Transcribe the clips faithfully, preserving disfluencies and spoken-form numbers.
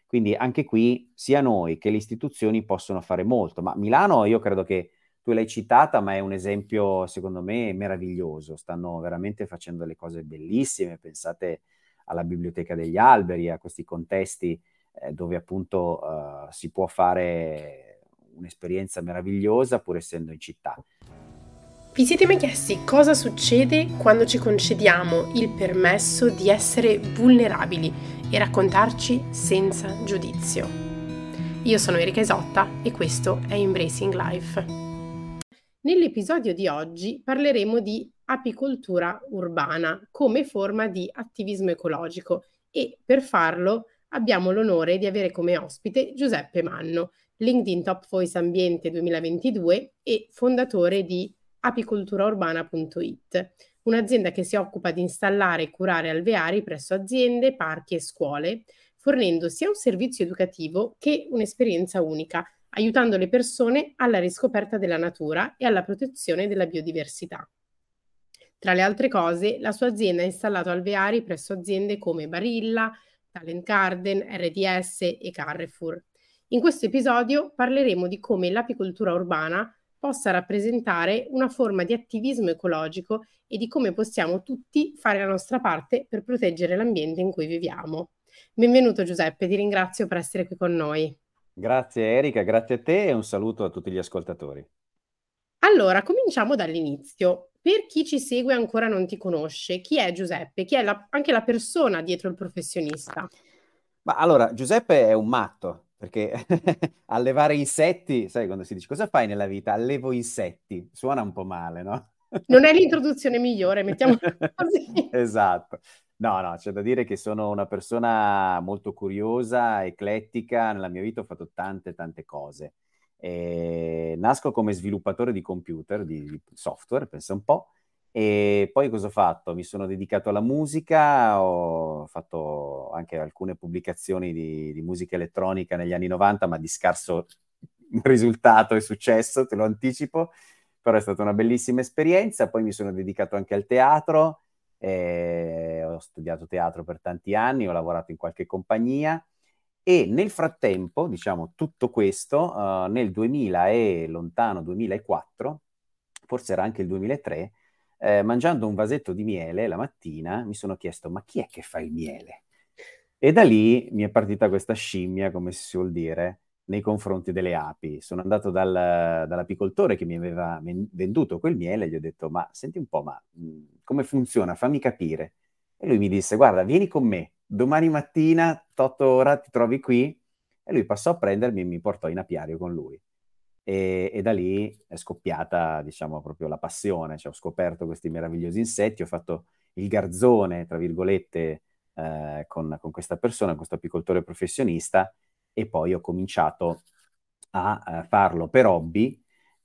Quindi anche qui sia noi che le istituzioni possono fare molto, ma Milano io credo che tu l'hai citata, ma è un esempio secondo me meraviglioso, stanno veramente facendo delle cose bellissime, pensate alla Biblioteca degli Alberi, a questi contesti eh, dove appunto eh, si può fare un'esperienza meravigliosa pur essendo in città. Vi siete mai chiesti cosa succede quando ci concediamo il permesso di essere vulnerabili e raccontarci senza giudizio? Io sono Erika Isotta e questo è Embracing Life. Nell'episodio di oggi parleremo di apicoltura urbana come forma di attivismo ecologico e per farlo abbiamo l'onore di avere come ospite Giuseppe Manno, LinkedIn Top Voice Ambiente duemilaventidue e fondatore di apicolturaurbana punto it, un'azienda che si occupa di installare e curare alveari presso aziende, parchi e scuole, fornendo sia un servizio educativo che un'esperienza unica, aiutando le persone alla riscoperta della natura e alla protezione della biodiversità. Tra le altre cose, la sua azienda ha installato alveari presso aziende come Barilla, Talent Garden, R D S e Carrefour. In questo episodio parleremo di come l'apicoltura urbana possa rappresentare una forma di attivismo ecologico e di come possiamo tutti fare la nostra parte per proteggere l'ambiente in cui viviamo. Benvenuto Giuseppe, ti ringrazio per essere qui con noi. Grazie Erika, grazie a te e un saluto a tutti gli ascoltatori. Allora, cominciamo dall'inizio. Per chi ci segue e ancora non ti conosce, chi è Giuseppe? Chi è la- anche la persona dietro il professionista? Ma allora, Giuseppe è un matto, perché allevare insetti, sai quando si dice cosa fai nella vita? Allevo insetti, suona un po' male, no? Non è l'introduzione migliore, mettiamola così. Esatto. No, no, c'è da dire che sono una persona molto curiosa, eclettica, nella mia vita ho fatto tante, tante cose. E nasco come sviluppatore di computer, di, di software, pensa un po', e poi cosa ho fatto? Mi sono dedicato alla musica, ho fatto anche alcune pubblicazioni di, di musica elettronica negli anni novanta, ma di scarso risultato e successo, te lo anticipo, però è stata una bellissima esperienza. Poi mi sono dedicato anche al teatro, eh, ho studiato teatro per tanti anni, ho lavorato in qualche compagnia e nel frattempo, diciamo, tutto questo, eh, nel duemila e lontano duemilaquattro, forse era anche il duemilatré, eh, mangiando un vasetto di miele la mattina, mi sono chiesto, ma chi è che fa il miele? E da lì mi è partita questa scimmia, come si suol dire, nei confronti delle api. Sono andato dal- dall'apicoltore che mi aveva ven- venduto quel miele e gli ho detto, ma senti un po', ma mh, come funziona? Fammi capire. E lui mi disse, guarda, vieni con me, domani mattina, otto ora, ti trovi qui. E lui passò a prendermi e mi portò in apiario con lui. E, e da lì è scoppiata, diciamo, proprio la passione. Cioè, ho scoperto questi meravigliosi insetti, ho fatto il garzone, tra virgolette, eh, con, con questa persona, questo apicoltore professionista, e poi ho cominciato a, eh, farlo per hobby,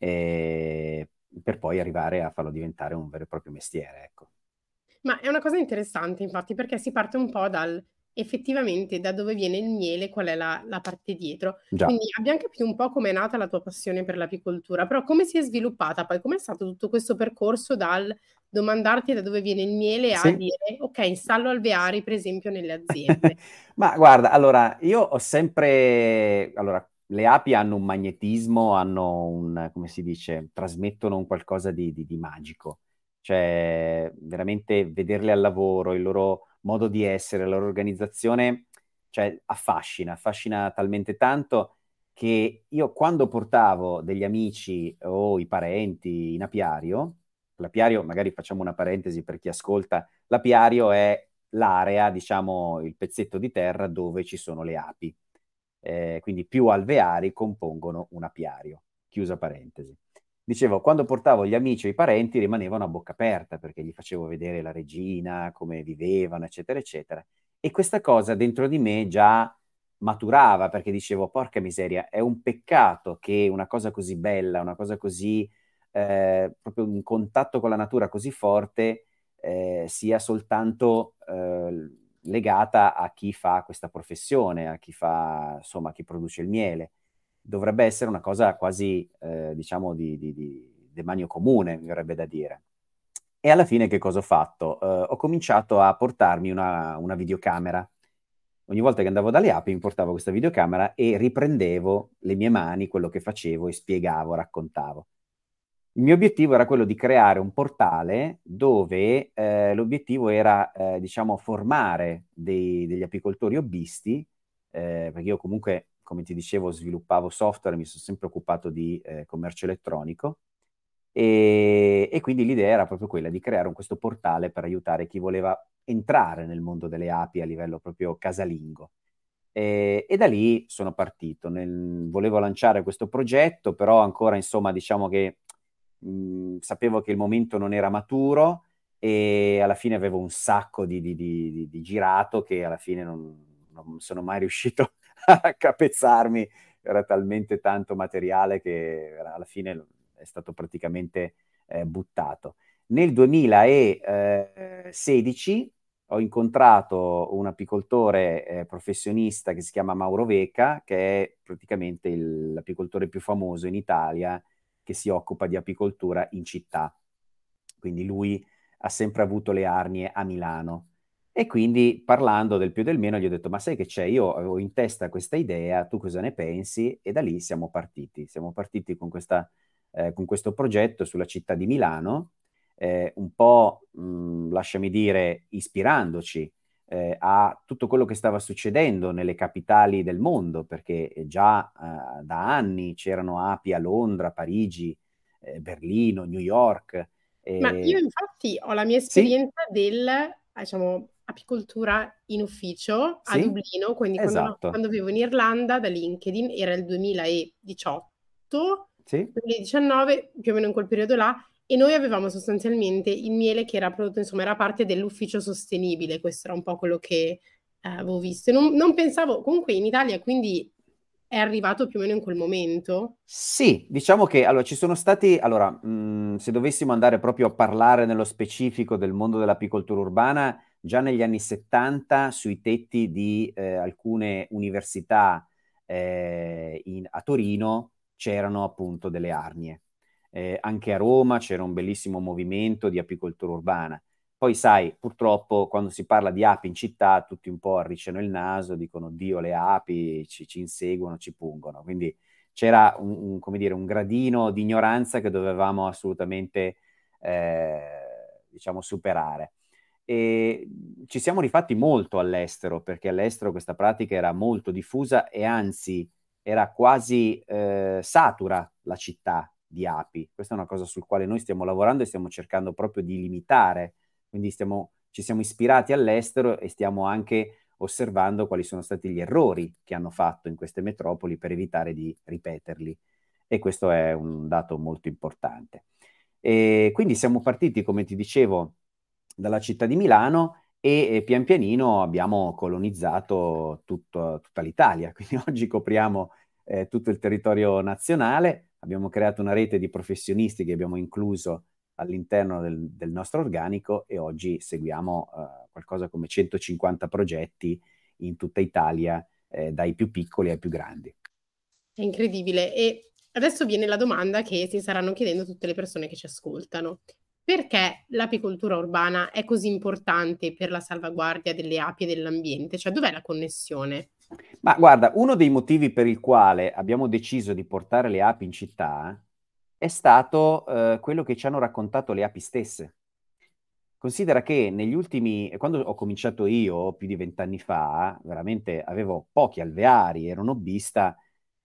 eh, per poi arrivare a farlo diventare un vero e proprio mestiere, ecco. Ma è una cosa interessante, infatti, perché si parte un po' dal effettivamente da dove viene il miele, qual è la, la parte dietro. Già. Quindi abbiamo capito un po' come è nata la tua passione per l'apicoltura, però come si è sviluppata poi? Com'è stato tutto questo percorso dal domandarti da dove viene il miele a Sì. dire, ok, installo alveari, per esempio, nelle aziende? Ma guarda, allora, io ho sempre... Allora, le api hanno un magnetismo, hanno un, come si dice, trasmettono un qualcosa di, di- di magico. Cioè, veramente vederle al lavoro, il loro modo di essere, la loro organizzazione, cioè, affascina, affascina talmente tanto che io quando portavo degli amici o i parenti in apiario, l'apiario, magari facciamo una parentesi per chi ascolta, l'apiario è l'area, diciamo, il pezzetto di terra dove ci sono le api. Eh, quindi più alveari compongono un apiario. Chiusa parentesi. Dicevo, quando portavo gli amici o i parenti rimanevano a bocca aperta perché gli facevo vedere la regina, come vivevano, eccetera, eccetera. E questa cosa dentro di me già maturava perché dicevo, porca miseria, è un peccato che una cosa così bella, una cosa così, eh, proprio un contatto con la natura così forte, eh, sia soltanto eh, legata a chi fa questa professione, a chi fa, insomma, a chi produce il miele. Dovrebbe essere una cosa quasi, eh, diciamo, di, di, di demanio comune, mi verrebbe da dire. E alla fine che cosa ho fatto? Eh, ho cominciato a portarmi una, una videocamera ogni volta che andavo dalle api mi portavo questa videocamera e riprendevo le mie mani, quello che facevo e spiegavo, raccontavo. Il mio obiettivo era quello di creare un portale dove eh, l'obiettivo era, eh, diciamo, formare dei- degli apicoltori hobbisti, eh, perché io comunque, come ti dicevo, sviluppavo software, mi sono sempre occupato di eh, commercio elettronico e, e quindi l'idea era proprio quella di creare un- questo portale per aiutare chi voleva entrare nel mondo delle api a livello proprio casalingo. E, e da lì sono partito. Nel- volevo lanciare questo progetto, però ancora, insomma, diciamo che mh, sapevo che il momento non era maturo e alla fine avevo un sacco di, di- di- di- di girato che alla fine non, non sono mai riuscito a capezzarmi. Era talmente tanto materiale che era- alla fine è stato praticamente eh, buttato. Nel duemilasedici ho incontrato un apicoltore eh, professionista che si chiama Mauro Veca, che è praticamente il- l'apicoltore più famoso in Italia che si occupa di apicoltura in città. Quindi lui ha sempre avuto le arnie a Milano. E quindi parlando del più e del meno gli ho detto, ma sai che c'è? Io avevo in testa questa idea, tu cosa ne pensi? E da lì siamo partiti. Siamo partiti con questa, eh, con questo progetto sulla città di Milano, eh, un po', mh, lasciami dire, ispirandoci eh, a tutto quello che stava succedendo nelle capitali del mondo, perché già eh, da anni c'erano api a Londra, Parigi, eh, Berlino, New York. Ma io eh, infatti ho la mia sì, esperienza del, eh, diciamo, apicoltura in ufficio a sì, Dublino, quindi quando, no- esatto, quando vivevo in Irlanda da LinkedIn, era il duemiladiciotto, sì. duemiladiciannove, più o meno in quel periodo là, e noi avevamo sostanzialmente il miele che era prodotto, insomma, era parte dell'ufficio sostenibile, questo era un po' quello che eh, avevo visto. E non, non pensavo, comunque in Italia, quindi è arrivato più o meno in quel momento. Sì, diciamo che allora, ci sono stati, allora, mh, se dovessimo andare proprio a parlare nello specifico del mondo dell'apicoltura urbana, già negli anni settanta sui tetti di eh, alcune università eh, in- a Torino c'erano appunto delle arnie. Eh, anche a Roma c'era un bellissimo movimento di apicoltura urbana. Poi sai, purtroppo quando si parla di api in città tutti un po' arricciano il naso, dicono Dio le api, ci, ci inseguono, ci pungono. Quindi c'era un, un, come dire, un gradino di ignoranza che dovevamo assolutamente, eh, diciamo, superare. E ci siamo rifatti molto all'estero, perché all'estero questa pratica era molto diffusa e anzi era quasi eh, satura la città di api. Questa è una cosa sul quale noi stiamo lavorando e stiamo cercando proprio di limitare. Quindi stiamo, ci siamo ispirati all'estero e stiamo anche osservando quali sono stati gli errori che hanno fatto in queste metropoli per evitare di ripeterli. E questo è un dato molto importante. E quindi siamo partiti, come ti dicevo, dalla città di Milano e, e pian pianino abbiamo colonizzato tutto- tutta l'Italia. Quindi oggi copriamo eh, tutto il territorio nazionale, abbiamo creato una rete di professionisti che abbiamo incluso all'interno del, del nostro organico e oggi seguiamo eh, qualcosa come centocinquanta progetti in tutta Italia, eh, dai più piccoli ai più grandi. È incredibile. E adesso viene la domanda che si saranno chiedendo tutte le persone che ci ascoltano. Perché l'apicoltura urbana è così importante per la salvaguardia delle api e dell'ambiente? Cioè, dov'è la connessione? Ma guarda, uno dei motivi per il quale abbiamo deciso di portare le api in città è stato eh, quello che ci hanno raccontato le api stesse. Considera che negli ultimi, quando ho cominciato io, più di vent'anni fa, veramente avevo pochi alveari, ero nobbista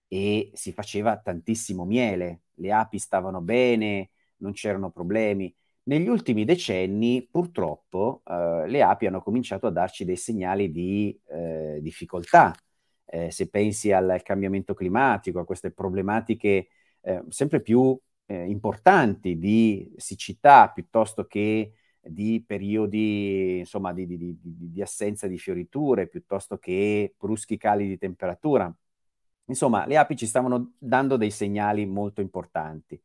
e si faceva tantissimo miele, le api stavano bene, non c'erano problemi. Negli ultimi decenni, purtroppo, eh, le api hanno cominciato a darci dei segnali di eh, difficoltà. Eh, se pensi al cambiamento climatico, a queste problematiche eh, sempre più eh, importanti di siccità piuttosto che di periodi, insomma, di, di- di- di- di assenza di fioriture, piuttosto che bruschi cali di temperatura. Insomma, le api ci stavano dando dei segnali molto importanti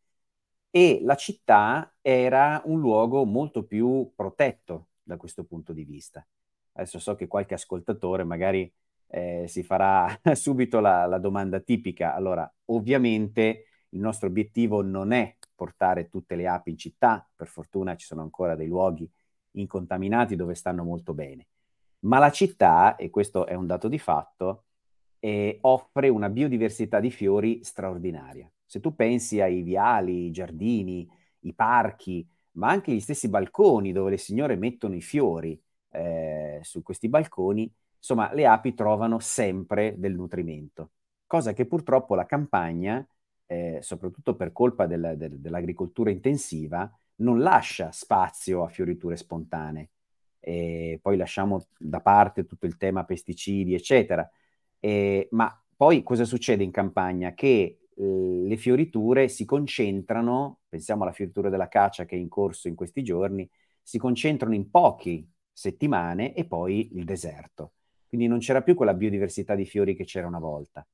e la città era un luogo molto più protetto da questo punto di vista. Adesso so che qualche ascoltatore magari eh, si farà subito la, la domanda tipica. Allora, ovviamente il nostro obiettivo non è portare tutte le api in città, per fortuna ci sono ancora dei luoghi incontaminati dove stanno molto bene, Ma la città, e questo è un dato di fatto, eh, offre una biodiversità di fiori straordinaria. Se tu pensi ai viali, i giardini, i parchi, ma anche gli stessi balconi dove le signore mettono i fiori eh, su questi balconi, insomma, le api trovano sempre del nutrimento, cosa che purtroppo la campagna, eh, soprattutto per colpa del- del- dell'agricoltura intensiva, non lascia spazio a fioriture spontanee. E poi lasciamo da parte tutto il tema pesticidi, eccetera. Eh, ma poi cosa succede in campagna? Che eh, le fioriture si concentrano, pensiamo alla fioritura della cacia che è in corso in questi giorni, si concentrano in poche settimane e poi il deserto. Quindi non c'era più quella biodiversità di fiori che c'era una volta.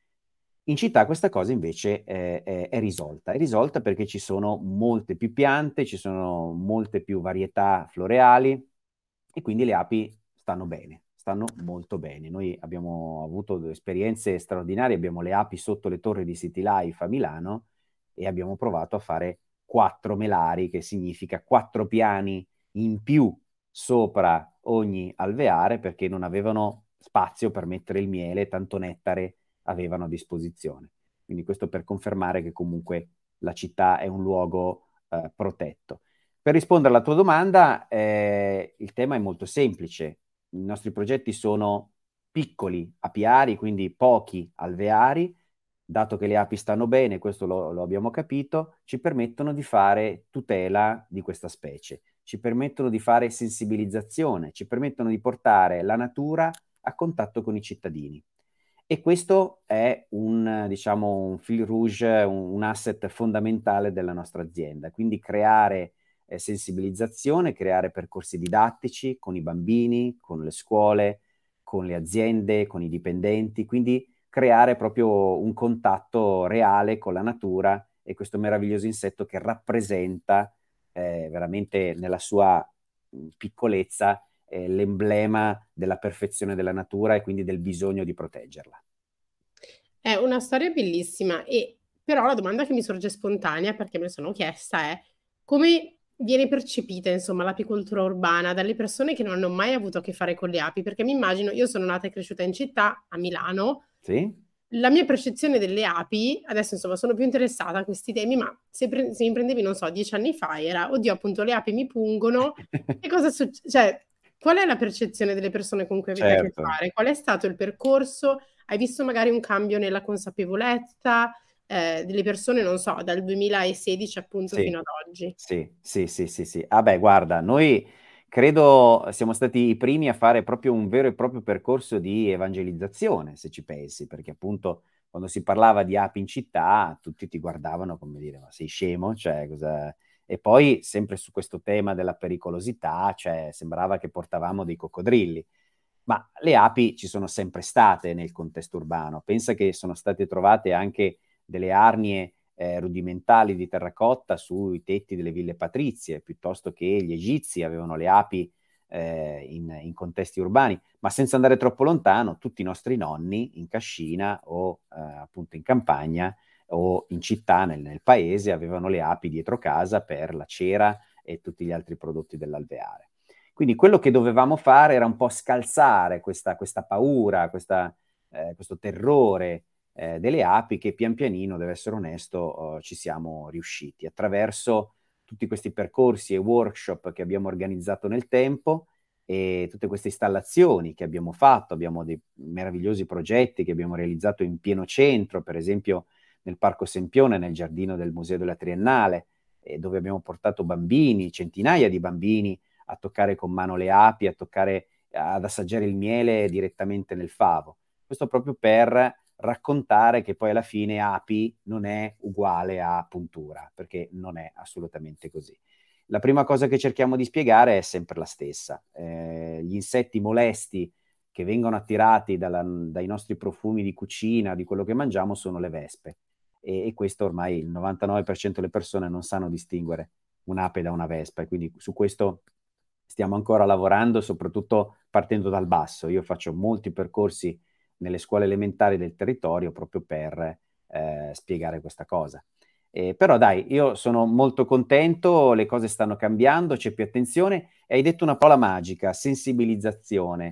In città questa cosa invece è, è- è risolta. È risolta perché ci sono molte più piante, ci sono molte più varietà floreali e quindi le api stanno bene, stanno molto bene. Noi abbiamo avuto delle esperienze straordinarie, abbiamo le api sotto le torri di City Life a Milano e abbiamo provato a fare quattro melari, che significa quattro piani in più sopra ogni alveare perché non avevano spazio per mettere il miele, tanto nettare avevano a disposizione. Quindi questo per confermare che comunque la città è un luogo eh, protetto. Per rispondere alla tua domanda, eh, il tema è molto semplice. I nostri progetti sono piccoli apiari, quindi pochi alveari. Dato che le api stanno bene, questo lo, lo abbiamo capito, ci permettono di fare tutela di questa specie, ci permettono di fare sensibilizzazione, ci permettono di portare la natura a contatto con i cittadini. E questo è un, diciamo, un fil rouge, un, un asset fondamentale della nostra azienda. Quindi creare eh, sensibilizzazione, creare percorsi didattici con i bambini, con le scuole, con le aziende, con i dipendenti, quindi creare proprio un contatto reale con la natura e questo meraviglioso insetto che rappresenta eh, veramente nella sua mh, piccolezza eh, l'emblema della perfezione della natura e quindi del bisogno di proteggerla. È una storia bellissima e però la domanda che mi sorge spontanea, perché me la sono chiesta, è: come viene percepita, insomma, l'apicoltura urbana dalle persone che non hanno mai avuto a che fare con le api? Perché mi immagino, io sono nata e cresciuta in città, a Milano, Sì? la mia percezione delle api, adesso insomma sono più interessata a questi temi, ma se, pre- se mi prendevi, non so, dieci anni fa era, oddio, appunto, le api mi pungono, e cosa succede? Cioè, qual è la percezione delle persone con cui avete a che Certo. fare? Qual è stato il percorso? Hai visto magari un cambio nella consapevolezza, eh, delle persone, non so, dal duemilasedici appunto Sì, fino ad oggi? sì, sì, sì, sì, sì. Ah beh, guarda, noi credo siamo stati i primi a fare proprio un vero e proprio percorso di evangelizzazione, se ci pensi, perché appunto quando si parlava di api in città, tutti ti guardavano come dire, ma sei scemo? Cioè, cosa... E poi, sempre su questo tema della pericolosità, cioè, sembrava che portavamo dei coccodrilli. Ma le api ci sono sempre state nel contesto urbano. Pensa che sono state trovate anche delle arnie eh, rudimentali di terracotta sui tetti delle ville patrizie, piuttosto che gli egizi avevano le api eh, in, in contesti urbani, ma senza andare troppo lontano, tutti i nostri nonni in cascina o eh, appunto in campagna o in città, nel, nel paese, avevano le api dietro casa per la cera e tutti gli altri prodotti dell'alveare. Quindi quello che dovevamo fare era un po' scalzare questa, questa paura, questa, eh, questo terrore eh, delle api che pian pianino, devo essere onesto, eh, ci siamo riusciti attraverso tutti questi percorsi e workshop che abbiamo organizzato nel tempo e tutte queste installazioni che abbiamo fatto. Abbiamo dei meravigliosi progetti che abbiamo realizzato in pieno centro, per esempio nel Parco Sempione, nel giardino del Museo della Triennale, eh, dove abbiamo portato bambini, centinaia di bambini, a toccare con mano le api, a toccare, ad assaggiare il miele direttamente nel favo. Questo proprio per raccontare che poi alla fine api non è uguale a puntura, perché non è assolutamente così. La prima cosa che cerchiamo di spiegare è sempre la stessa. Eh, gli insetti molesti che vengono attirati dalla, dai nostri profumi di cucina, di quello che mangiamo, sono le vespe. E, e questo ormai il novantanove per cento delle persone non sanno distinguere un'ape da una vespa e quindi su questo stiamo ancora lavorando, soprattutto partendo dal basso. Io faccio molti percorsi nelle scuole elementari del territorio proprio per eh, spiegare questa cosa. Eh, però dai, io sono molto contento, le cose stanno cambiando, c'è più attenzione e hai detto una parola magica, sensibilizzazione.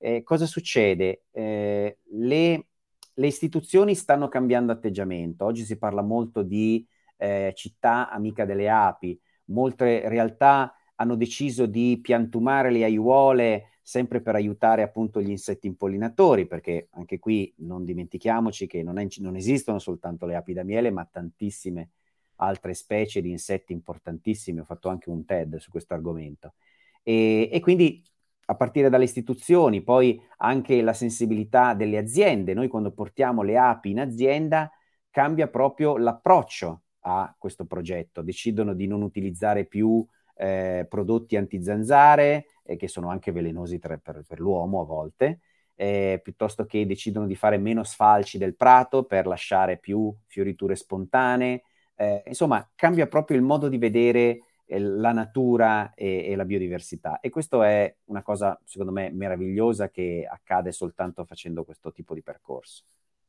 Eh, cosa succede? Eh, le, le istituzioni stanno cambiando atteggiamento. Oggi si parla molto di eh, città amica delle api. Molte realtà hanno deciso di piantumare le aiuole sempre per aiutare appunto gli insetti impollinatori, perché anche qui non dimentichiamoci che non, è- non esistono soltanto le api da miele, ma tantissime altre specie di insetti importantissimi. Ho fatto anche un TED su questo argomento. E, e quindi a partire dalle istituzioni, poi anche la sensibilità delle aziende. Noi quando portiamo le api in azienda cambia proprio l'approccio a questo progetto. Decidono di non utilizzare più eh, prodotti antizanzare, eh, che sono anche velenosi per, per, per l'uomo a volte, eh, piuttosto che decidono di fare meno sfalci del prato per lasciare più fioriture spontanee. Eh, insomma, cambia proprio il modo di vedere eh, la natura e, e la biodiversità. E questo è una cosa, secondo me, meravigliosa che accade soltanto facendo questo tipo di percorso.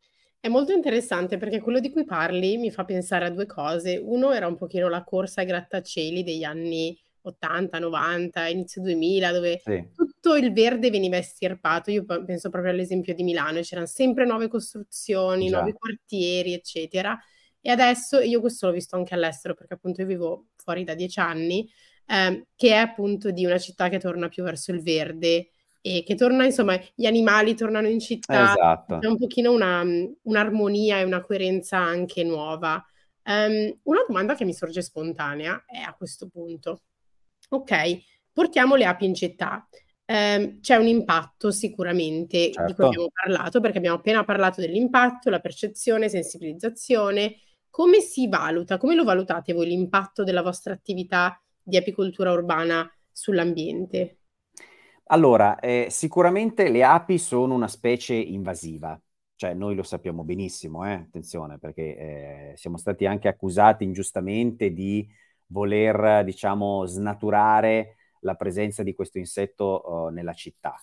È molto interessante perché quello di cui parli mi fa pensare a due cose. Uno era un pochino la corsa ai grattacieli degli anni 'ottanta, novanta, inizio duemila, dove Sì, tutto il verde veniva estirpato. Io p penso proprio all'esempio di Milano, e c'eran sempre nuove costruzioni, nuovi già, quartieri, eccetera. E adesso, e io questo l'ho visto anche all'estero, perché appunto io vivo fuori da dieci anni, ehm, che è appunto di una città che torna più verso il verde e che torna, insomma, gli animali tornano in città, c'è esatto. un pochino una mhmm, un'armonia e una coerenza anche nuova. Ehm, una domanda che mi sorge spontanea è a questo punto: okay, portiamo le api in città. Ehm, c'è un impatto sicuramente di cui Certo. abbiamo parlato, perché abbiamo appena parlato dell'impatto, la percezione, sensibilizzazione. Come si valuta? Come lo valutate voi l'impatto della vostra attività di apicoltura urbana sull'ambiente? Allora, eh, sicuramente le api sono una specie invasiva, cioè noi lo sappiamo benissimo, eh, attenzione, perché eh, siamo stati anche accusati ingiustamente di voler, diciamo, snaturare la presenza di questo insetto, eh, nella città.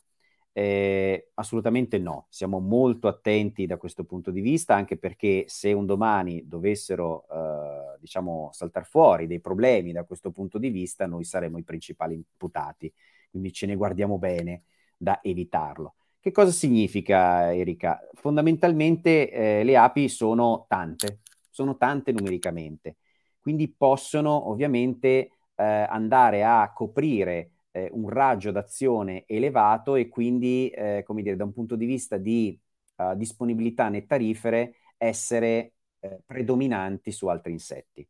Eh, assolutamente no, siamo molto attenti da questo punto di vista, anche perché se un domani dovessero, eh, diciamo, saltar fuori dei problemi da questo punto di vista, noi saremo i principali imputati, quindi ce ne guardiamo bene da evitarlo. Che cosa significa, Erika? Fondamentalmente eh, le api sono tante, sono tante numericamente, quindi possono ovviamente eh, andare a coprire eh, un raggio d'azione elevato e quindi, eh, come dire, da un punto di vista di uh, disponibilità nettarifere, essere eh, predominanti su altri insetti.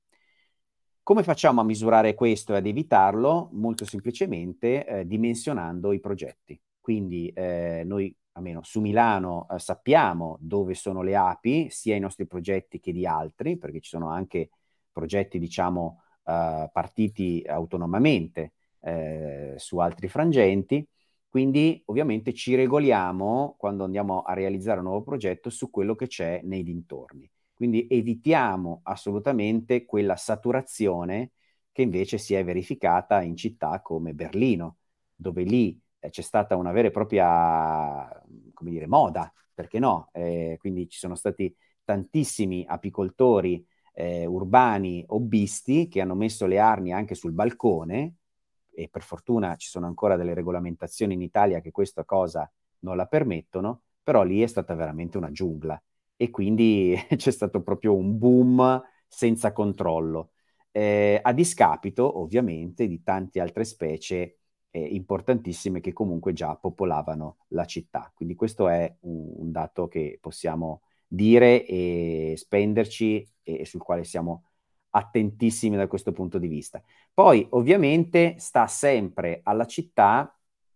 Come facciamo a misurare questo e ad evitarlo? Molto semplicemente eh, dimensionando i progetti. Quindi eh, noi, almeno su Milano, eh, sappiamo dove sono le api, sia i nostri progetti che di altri, perché ci sono anche progetti, diciamo, eh, partiti autonomamente eh, su altri frangenti. Quindi ovviamente ci regoliamo quando andiamo a realizzare un nuovo progetto su quello che c'è nei dintorni. Quindi evitiamo assolutamente quella saturazione che invece si è verificata in città come Berlino, dove lì eh, c'è stata una vera e propria, come dire, moda, perché no? Eh, quindi ci sono stati tantissimi apicoltori eh, urbani hobbisti che hanno messo le arnie anche sul balcone, e per fortuna ci sono ancora delle regolamentazioni in Italia che questa cosa non la permettono, però lì è stata veramente una giungla e quindi c'è stato proprio un boom senza controllo, eh, a discapito ovviamente di tante altre specie eh, importantissime che comunque già popolavano la città. Quindi questo è un, un dato che possiamo dire e spenderci e sul quale siamo attentissimi da questo punto di vista. Poi ovviamente sta sempre alla città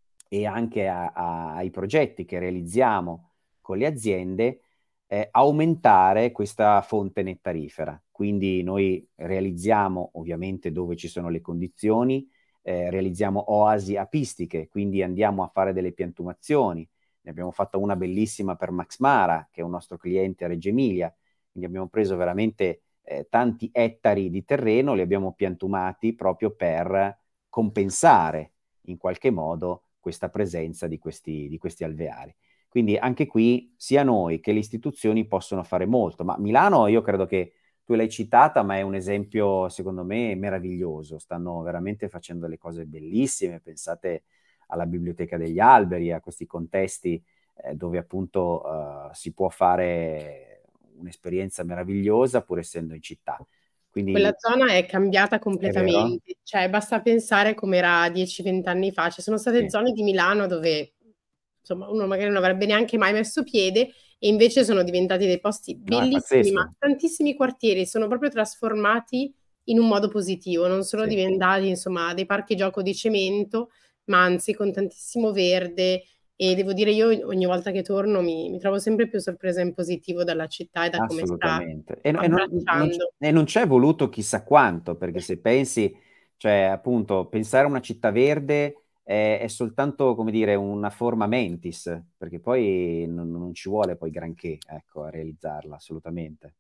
e anche a- a- ai progetti che realizziamo con le aziende eh, aumentare questa fonte nettarifera. Quindi noi realizziamo ovviamente dove ci sono le condizioni, eh, realizziamo oasi apistiche, quindi andiamo a fare delle piantumazioni. Ne abbiamo fatta una bellissima per Max Mara, che è un nostro cliente a Reggio Emilia, quindi abbiamo preso veramente eh, tanti ettari di terreno, li abbiamo piantumati proprio per compensare in qualche modo questa presenza di questi, di questi alveari. Quindi anche qui sia noi che le istituzioni possono fare molto, ma Milano io credo che tu l'hai citata, ma è un esempio secondo me meraviglioso, stanno veramente facendo delle cose bellissime, pensate alla biblioteca degli alberi, a questi contesti eh, dove appunto eh, si può fare un'esperienza meravigliosa pur essendo in città. Quella Quindi zona è cambiata è vero? completamente, cioè basta pensare com'era dieci venti anni fa. Ci sono state Sì, zone di Milano dove, insomma, uno magari non avrebbe neanche mai messo piede e invece sono diventati dei posti no, è bellissimi, ma pazzesco. tantissimi quartieri sono proprio trasformati in un modo positivo, non sono Sì. diventati, insomma, dei parchi gioco di cemento, ma anzi con tantissimo verde. E devo dire, io ogni volta che torno mi, mi trovo sempre più sorpresa in positivo dalla città e da come sta Assolutamente. E, e non, non c- abbracciando. e non c'è voluto chissà quanto, perché se pensi, cioè appunto, pensare a una città verde è, è soltanto, come dire, una forma mentis, perché poi non, non ci vuole poi granché, ecco, a realizzarla, assolutamente.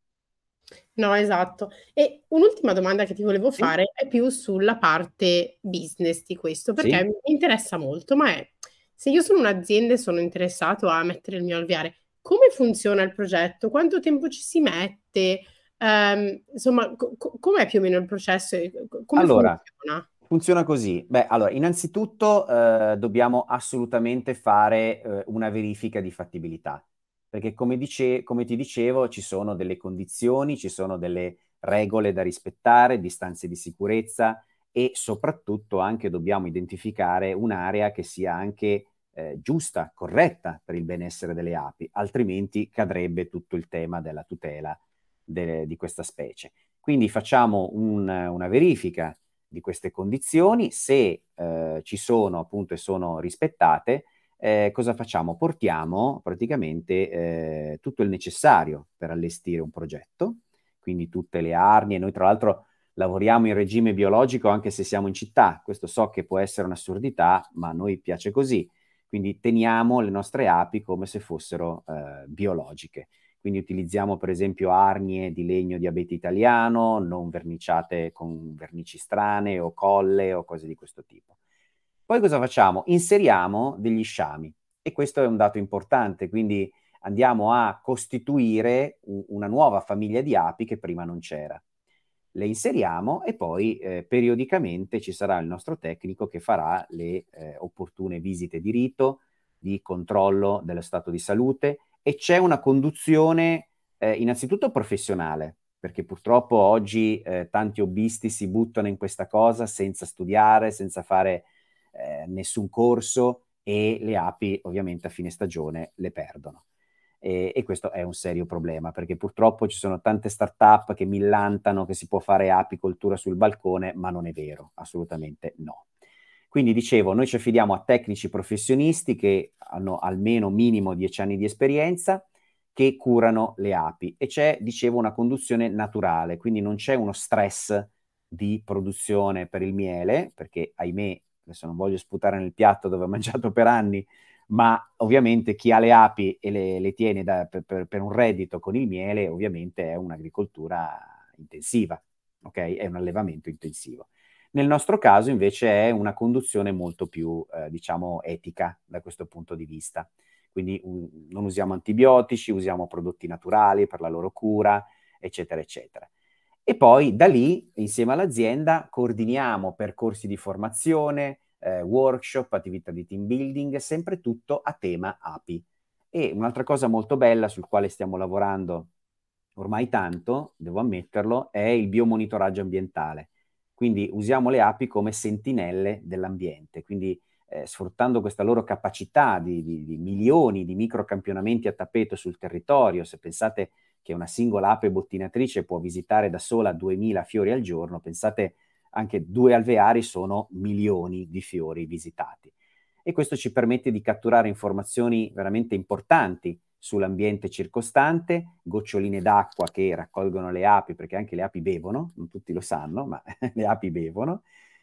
No, esatto. E un'ultima domanda che ti volevo Sì? fare è più sulla parte business di questo, perché Sì? mi interessa molto, ma è se io sono un'azienda e sono interessato a mettere il mio alveare, come funziona il progetto? Quanto tempo ci si mette? Ehm, insomma, co- co- com'è più o meno il processo e co- come Allora, funziona? funziona così. Beh, allora, innanzitutto eh, dobbiamo assolutamente fare eh, una verifica di fattibilità, perché come dice- come ti dicevo, ci sono delle condizioni, ci sono delle regole da rispettare, distanze di sicurezza e soprattutto anche dobbiamo identificare un'area che sia anche eh, giusta, corretta per il benessere delle api, altrimenti cadrebbe tutto il tema della tutela de- di questa specie. Quindi facciamo un- una verifica di queste condizioni, se eh, ci sono appunto e sono rispettate, eh, cosa facciamo? Portiamo praticamente eh, tutto il necessario per allestire un progetto, quindi tutte le arnie. Noi tra l'altro lavoriamo in regime biologico anche se siamo in città, questo so che può essere un'assurdità, ma a noi piace così, quindi teniamo le nostre api come se fossero eh, biologiche. Quindi utilizziamo per esempio arnie di legno di abete italiano, non verniciate con vernici strane o colle o cose di questo tipo. Poi cosa facciamo? Inseriamo degli sciami e questo è un dato importante, quindi andiamo a costituire u- una nuova famiglia di api che prima non c'era. Le inseriamo e poi eh, periodicamente ci sarà il nostro tecnico che farà le eh, opportune visite di rito, di controllo dello stato di salute e c'è una conduzione eh, innanzitutto professionale, perché purtroppo oggi eh, tanti hobbisti si buttano in questa cosa senza studiare, senza fare eh, nessun corso e le api ovviamente a fine stagione le perdono. E, e questo è un serio problema perché purtroppo ci sono tante start-up che millantano che si può fare apicoltura sul balcone, ma non è vero, assolutamente no. Quindi dicevo, noi ci affidiamo a tecnici professionisti che hanno almeno minimo dieci anni di esperienza, che curano le api e c'è, dicevo, una conduzione naturale, quindi non c'è uno stress di produzione per il miele, perché ahimè, adesso non voglio sputare nel piatto dove ho mangiato per anni, ma ovviamente chi ha le api e le, le tiene da, per, per, per un reddito con il miele, ovviamente è un'agricoltura intensiva, ok? È un allevamento intensivo. Nel nostro caso invece è una conduzione molto più, eh, diciamo, etica da questo punto di vista. Quindi um, non usiamo antibiotici, usiamo prodotti naturali per la loro cura, eccetera, eccetera. E poi da lì, insieme all'azienda, coordiniamo percorsi di formazione, eh, workshop, attività di team building, sempre tutto a tema api. E un'altra cosa molto bella sul quale stiamo lavorando ormai tanto, devo ammetterlo, è il biomonitoraggio ambientale. Quindi usiamo le api come sentinelle dell'ambiente, quindi eh, sfruttando questa loro capacità di, di, di milioni di microcampionamenti a tappeto sul territorio. Se pensate che una singola ape bottinatrice può visitare da sola duemila fiori al giorno, pensate anche due alveari sono milioni di fiori visitati. E questo ci permette di catturare informazioni veramente importanti sull'ambiente circostante, goccioline d'acqua che raccolgono le api, perché anche le api bevono, non tutti lo sanno, ma le api bevono,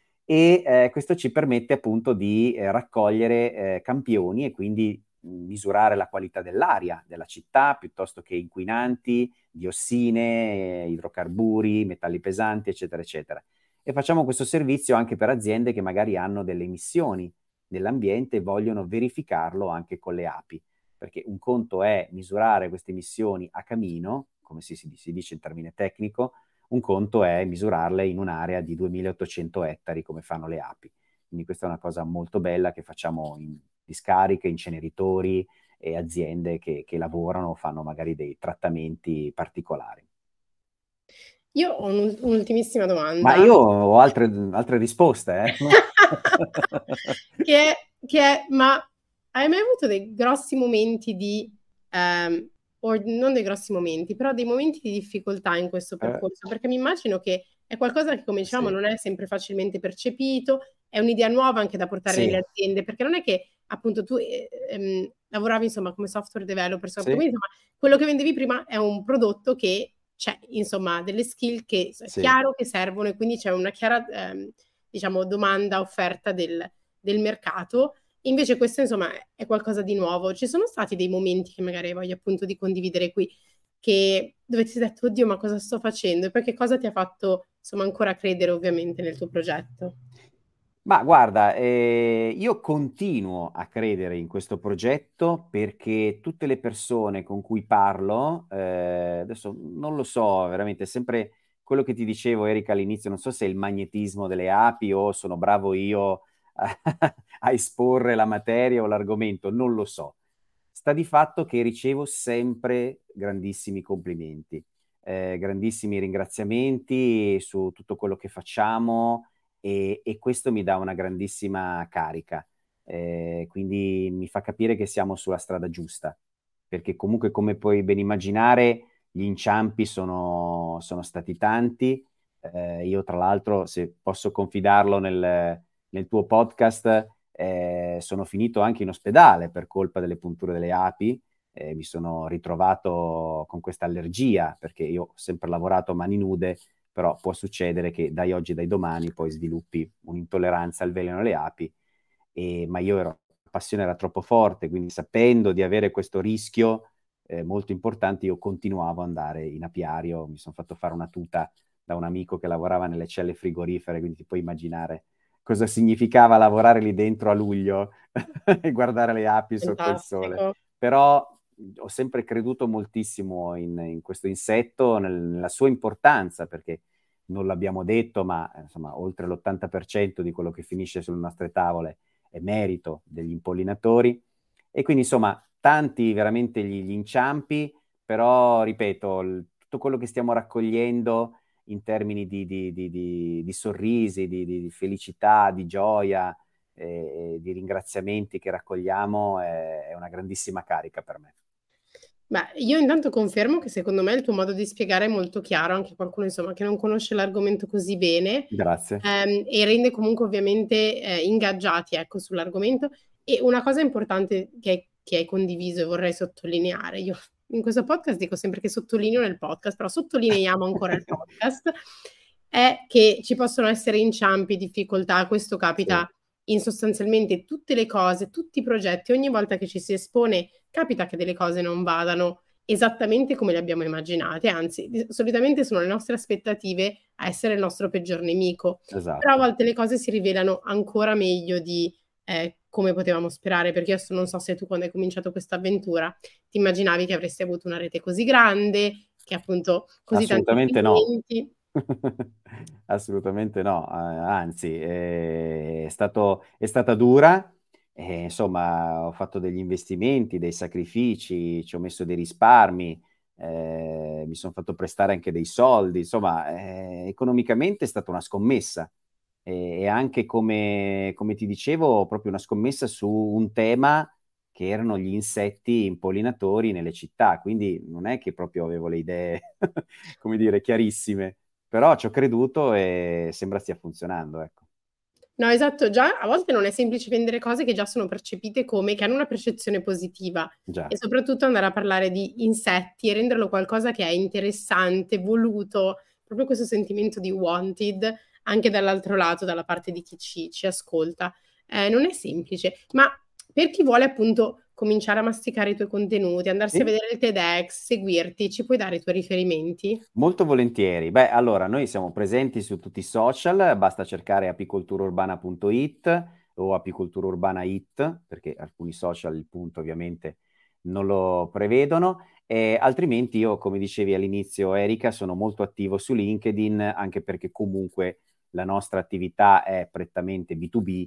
e eh, questo ci permette appunto di eh, raccogliere eh, campioni e quindi mh, misurare la qualità dell'aria della città piuttosto che inquinanti, diossine, eh, idrocarburi, metalli pesanti, eccetera, eccetera. E facciamo questo servizio anche per aziende che magari hanno delle emissioni nell'ambiente e vogliono verificarlo anche con le api, perché un conto è misurare queste emissioni a camino, come si, si, si dice in termine tecnico, un conto è misurarle in un'area di duemilaottocento ettari come fanno le api. Quindi questa è una cosa molto bella che facciamo in discariche, inceneritori e aziende che, che lavorano, fanno magari dei trattamenti particolari. Io ho un- un'ultimissima Ma domanda. io ho altre, altre risposte, eh? Che è, che è, ma hai mai avuto dei grossi momenti di, ehm, o non dei grossi momenti, però dei momenti di difficoltà in questo Eh, percorso? Perché mi immagino che è qualcosa che, come diciamo, sì, non è sempre facilmente percepito, è un'idea nuova anche da portare sì, nelle aziende, perché non è che appunto tu eh, ehm, lavoravi insomma come software developer, software, sì, quindi insomma quello che vendevi prima è un prodotto che c'è, insomma, delle skill che è sì. chiaro che servono e quindi c'è una chiara, ehm, diciamo, domanda, offerta del, del mercato. Invece questo, insomma, è qualcosa di nuovo. Ci sono stati dei momenti che magari voglio appunto di condividere qui, che dove ti sei detto, oddio, ma cosa sto facendo? E poi che cosa ti ha fatto, insomma, ancora credere ovviamente nel tuo progetto? Ma guarda, eh, io continuo a credere in questo progetto perché tutte le persone con cui parlo, eh, adesso non lo so, veramente, è sempre quello che ti dicevo, Erika, all'inizio, non so se è il magnetismo delle api o sono bravo io a, a esporre la materia o l'argomento, non lo so. Sta di fatto che ricevo sempre grandissimi complimenti, eh, grandissimi ringraziamenti su tutto quello che facciamo e, e questo mi dà una grandissima carica. Eh, quindi mi fa capire che siamo sulla strada giusta, perché comunque come puoi ben immaginare gli inciampi sono, sono stati tanti. Eh, io tra l'altro, se posso confidarlo nel, nel tuo podcast, eh, sono finito anche in ospedale per colpa delle punture delle api. Eh, mi sono ritrovato con questa allergia perché io ho sempre lavorato a mani nude, però può succedere che dai oggi e dai domani poi sviluppi un'intolleranza al veleno delle api, e, ma io ero, la passione era troppo forte, quindi sapendo di avere questo rischio eh, molto importante, io continuavo ad andare in apiario, mi sono fatto fare una tuta da un amico che lavorava nelle celle frigorifere, quindi ti puoi immaginare cosa significava lavorare lì dentro a luglio e guardare le api sotto il sole. Fantastico. Però ho sempre creduto moltissimo in, in questo insetto, nel- nella sua importanza, perché non l'abbiamo detto, ma eh, insomma, oltre l'ottanta per cento di quello che finisce sulle nostre tavole è merito degli impollinatori. E quindi, insomma, tanti veramente gli, gli inciampi, però, ripeto, il- tutto quello che stiamo raccogliendo in termini di, di- di- di- di sorrisi, di, di- di felicità, di gioia, eh, di ringraziamenti che raccogliamo è, è una grandissima carica per me. Beh, io intanto confermo che secondo me il tuo modo di spiegare è molto chiaro, anche qualcuno insomma che non conosce l'argomento così bene, Grazie. ehm, e rende comunque ovviamente, ehm, ingaggiati, ecco, sull'argomento. E una cosa importante che hai che hai condiviso e vorrei sottolineare, io in questo podcast dico sempre che sottolineo nel podcast, però sottolineiamo ancora il podcast, è che ci possono essere inciampi, difficoltà, questo Sì, capita in sostanzialmente tutte le cose, tutti i progetti, ogni volta che ci si espone capita che delle cose non vadano esattamente come le abbiamo immaginate, anzi, di solitamente sono le nostre aspettative a essere il nostro peggior nemico, però a esatto. volte le cose si rivelano ancora meglio di, ehm, come potevamo sperare, perché io adesso non so se tu quando hai cominciato questa avventura ti immaginavi che avresti avuto una rete così grande, che appunto così tanti Assolutamente no. clienti. Assolutamente no, eh, anzi, eh, è stato, è stata dura, eh, insomma, ho fatto degli investimenti, dei sacrifici, ci ho messo dei risparmi, eh, mi sono fatto prestare anche dei soldi, insomma, eh, economicamente è stata una scommessa. E, e anche come, come ti dicevo, proprio una scommessa su un tema che erano gli insetti impollinatori nelle città, quindi non è che proprio avevo le idee, come dire, chiarissime, però ci ho creduto e sembra stia funzionando, ecco. No, esatto, già a volte non è semplice vendere cose che già sono percepite come che hanno una percezione positiva e Già, soprattutto andare a parlare di insetti e renderlo qualcosa che è interessante, voluto, proprio questo sentimento di wanted anche dall'altro lato, dalla parte di chi ci ci ascolta. Ehm, non è semplice, ma per chi vuole appunto cominciare a masticare i tuoi contenuti, andarsi a sì, vedere il TEDx, seguirti, ci puoi dare i tuoi riferimenti? molto volentieri. Beh, allora, noi siamo presenti su tutti i social, basta cercare apicolturaurbana punto it o apicoltura urbana it, perché alcuni social il punto ovviamente non lo prevedono, e altrimenti io, come dicevi all'inizio, Erika, sono molto attivo su LinkedIn, anche perché comunque la nostra attività è prettamente B due B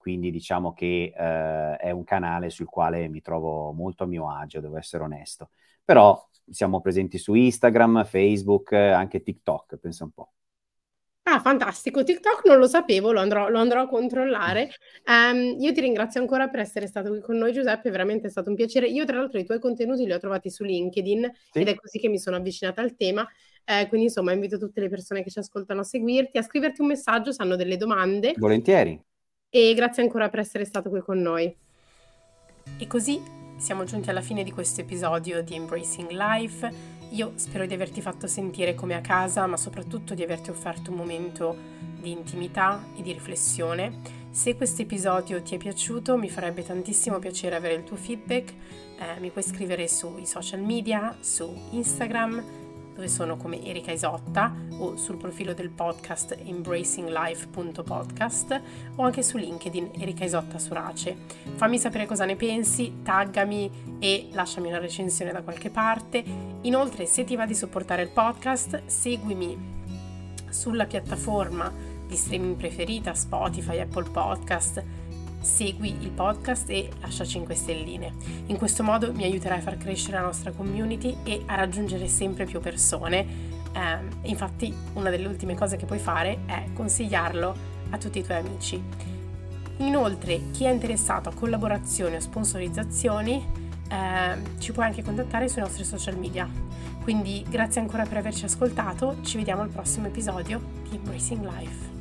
quindi diciamo che eh, è un canale sul quale mi trovo molto a mio agio, devo essere onesto. Però siamo presenti su Instagram, Facebook, anche TikTok, pensa un po'. Ah, fantastico. TikTok non lo sapevo, lo andrò lo andrò a controllare. Ehm, io ti ringrazio ancora per essere stato qui con noi Giuseppe, veramente è stato un piacere. Io tra l'altro i tuoi contenuti li ho trovati su LinkedIn ed Sì? è così che mi sono avvicinata al tema. Ehm, quindi insomma invito tutte le persone che ci ascoltano a seguirti, a scriverti un messaggio se hanno delle domande Volentieri. e grazie ancora per essere stato qui con noi. E così siamo giunti alla fine di questo episodio di Embracing Life. Io spero di averti fatto sentire come a casa, ma soprattutto di averti offerto un momento di intimità e di riflessione. Se questo episodio ti è piaciuto, mi farebbe tantissimo piacere avere il tuo feedback. Eh, mi puoi scrivere sui social media, su Instagram, dove sono come Erika Isotta, o sul profilo del podcast embracing life punto podcast, o anche su LinkedIn Erika Isotta Surace. Fammi sapere cosa ne pensi, taggami e lasciami una recensione da qualche parte. Inoltre, se ti va di supportare il podcast, seguimi sulla piattaforma di streaming preferita, Spotify, Apple Podcast. Segui il podcast e lascia cinque stelline. In questo modo mi aiuterai a far crescere la nostra community e a raggiungere sempre più persone. Eh, infatti, una delle ultime cose che puoi fare è consigliarlo a tutti i tuoi amici. Inoltre, chi è interessato a collaborazioni o sponsorizzazioni, eh, ci puoi anche contattare sui nostri social media. Quindi, grazie ancora per averci ascoltato. Ci vediamo al prossimo episodio di Embracing Life.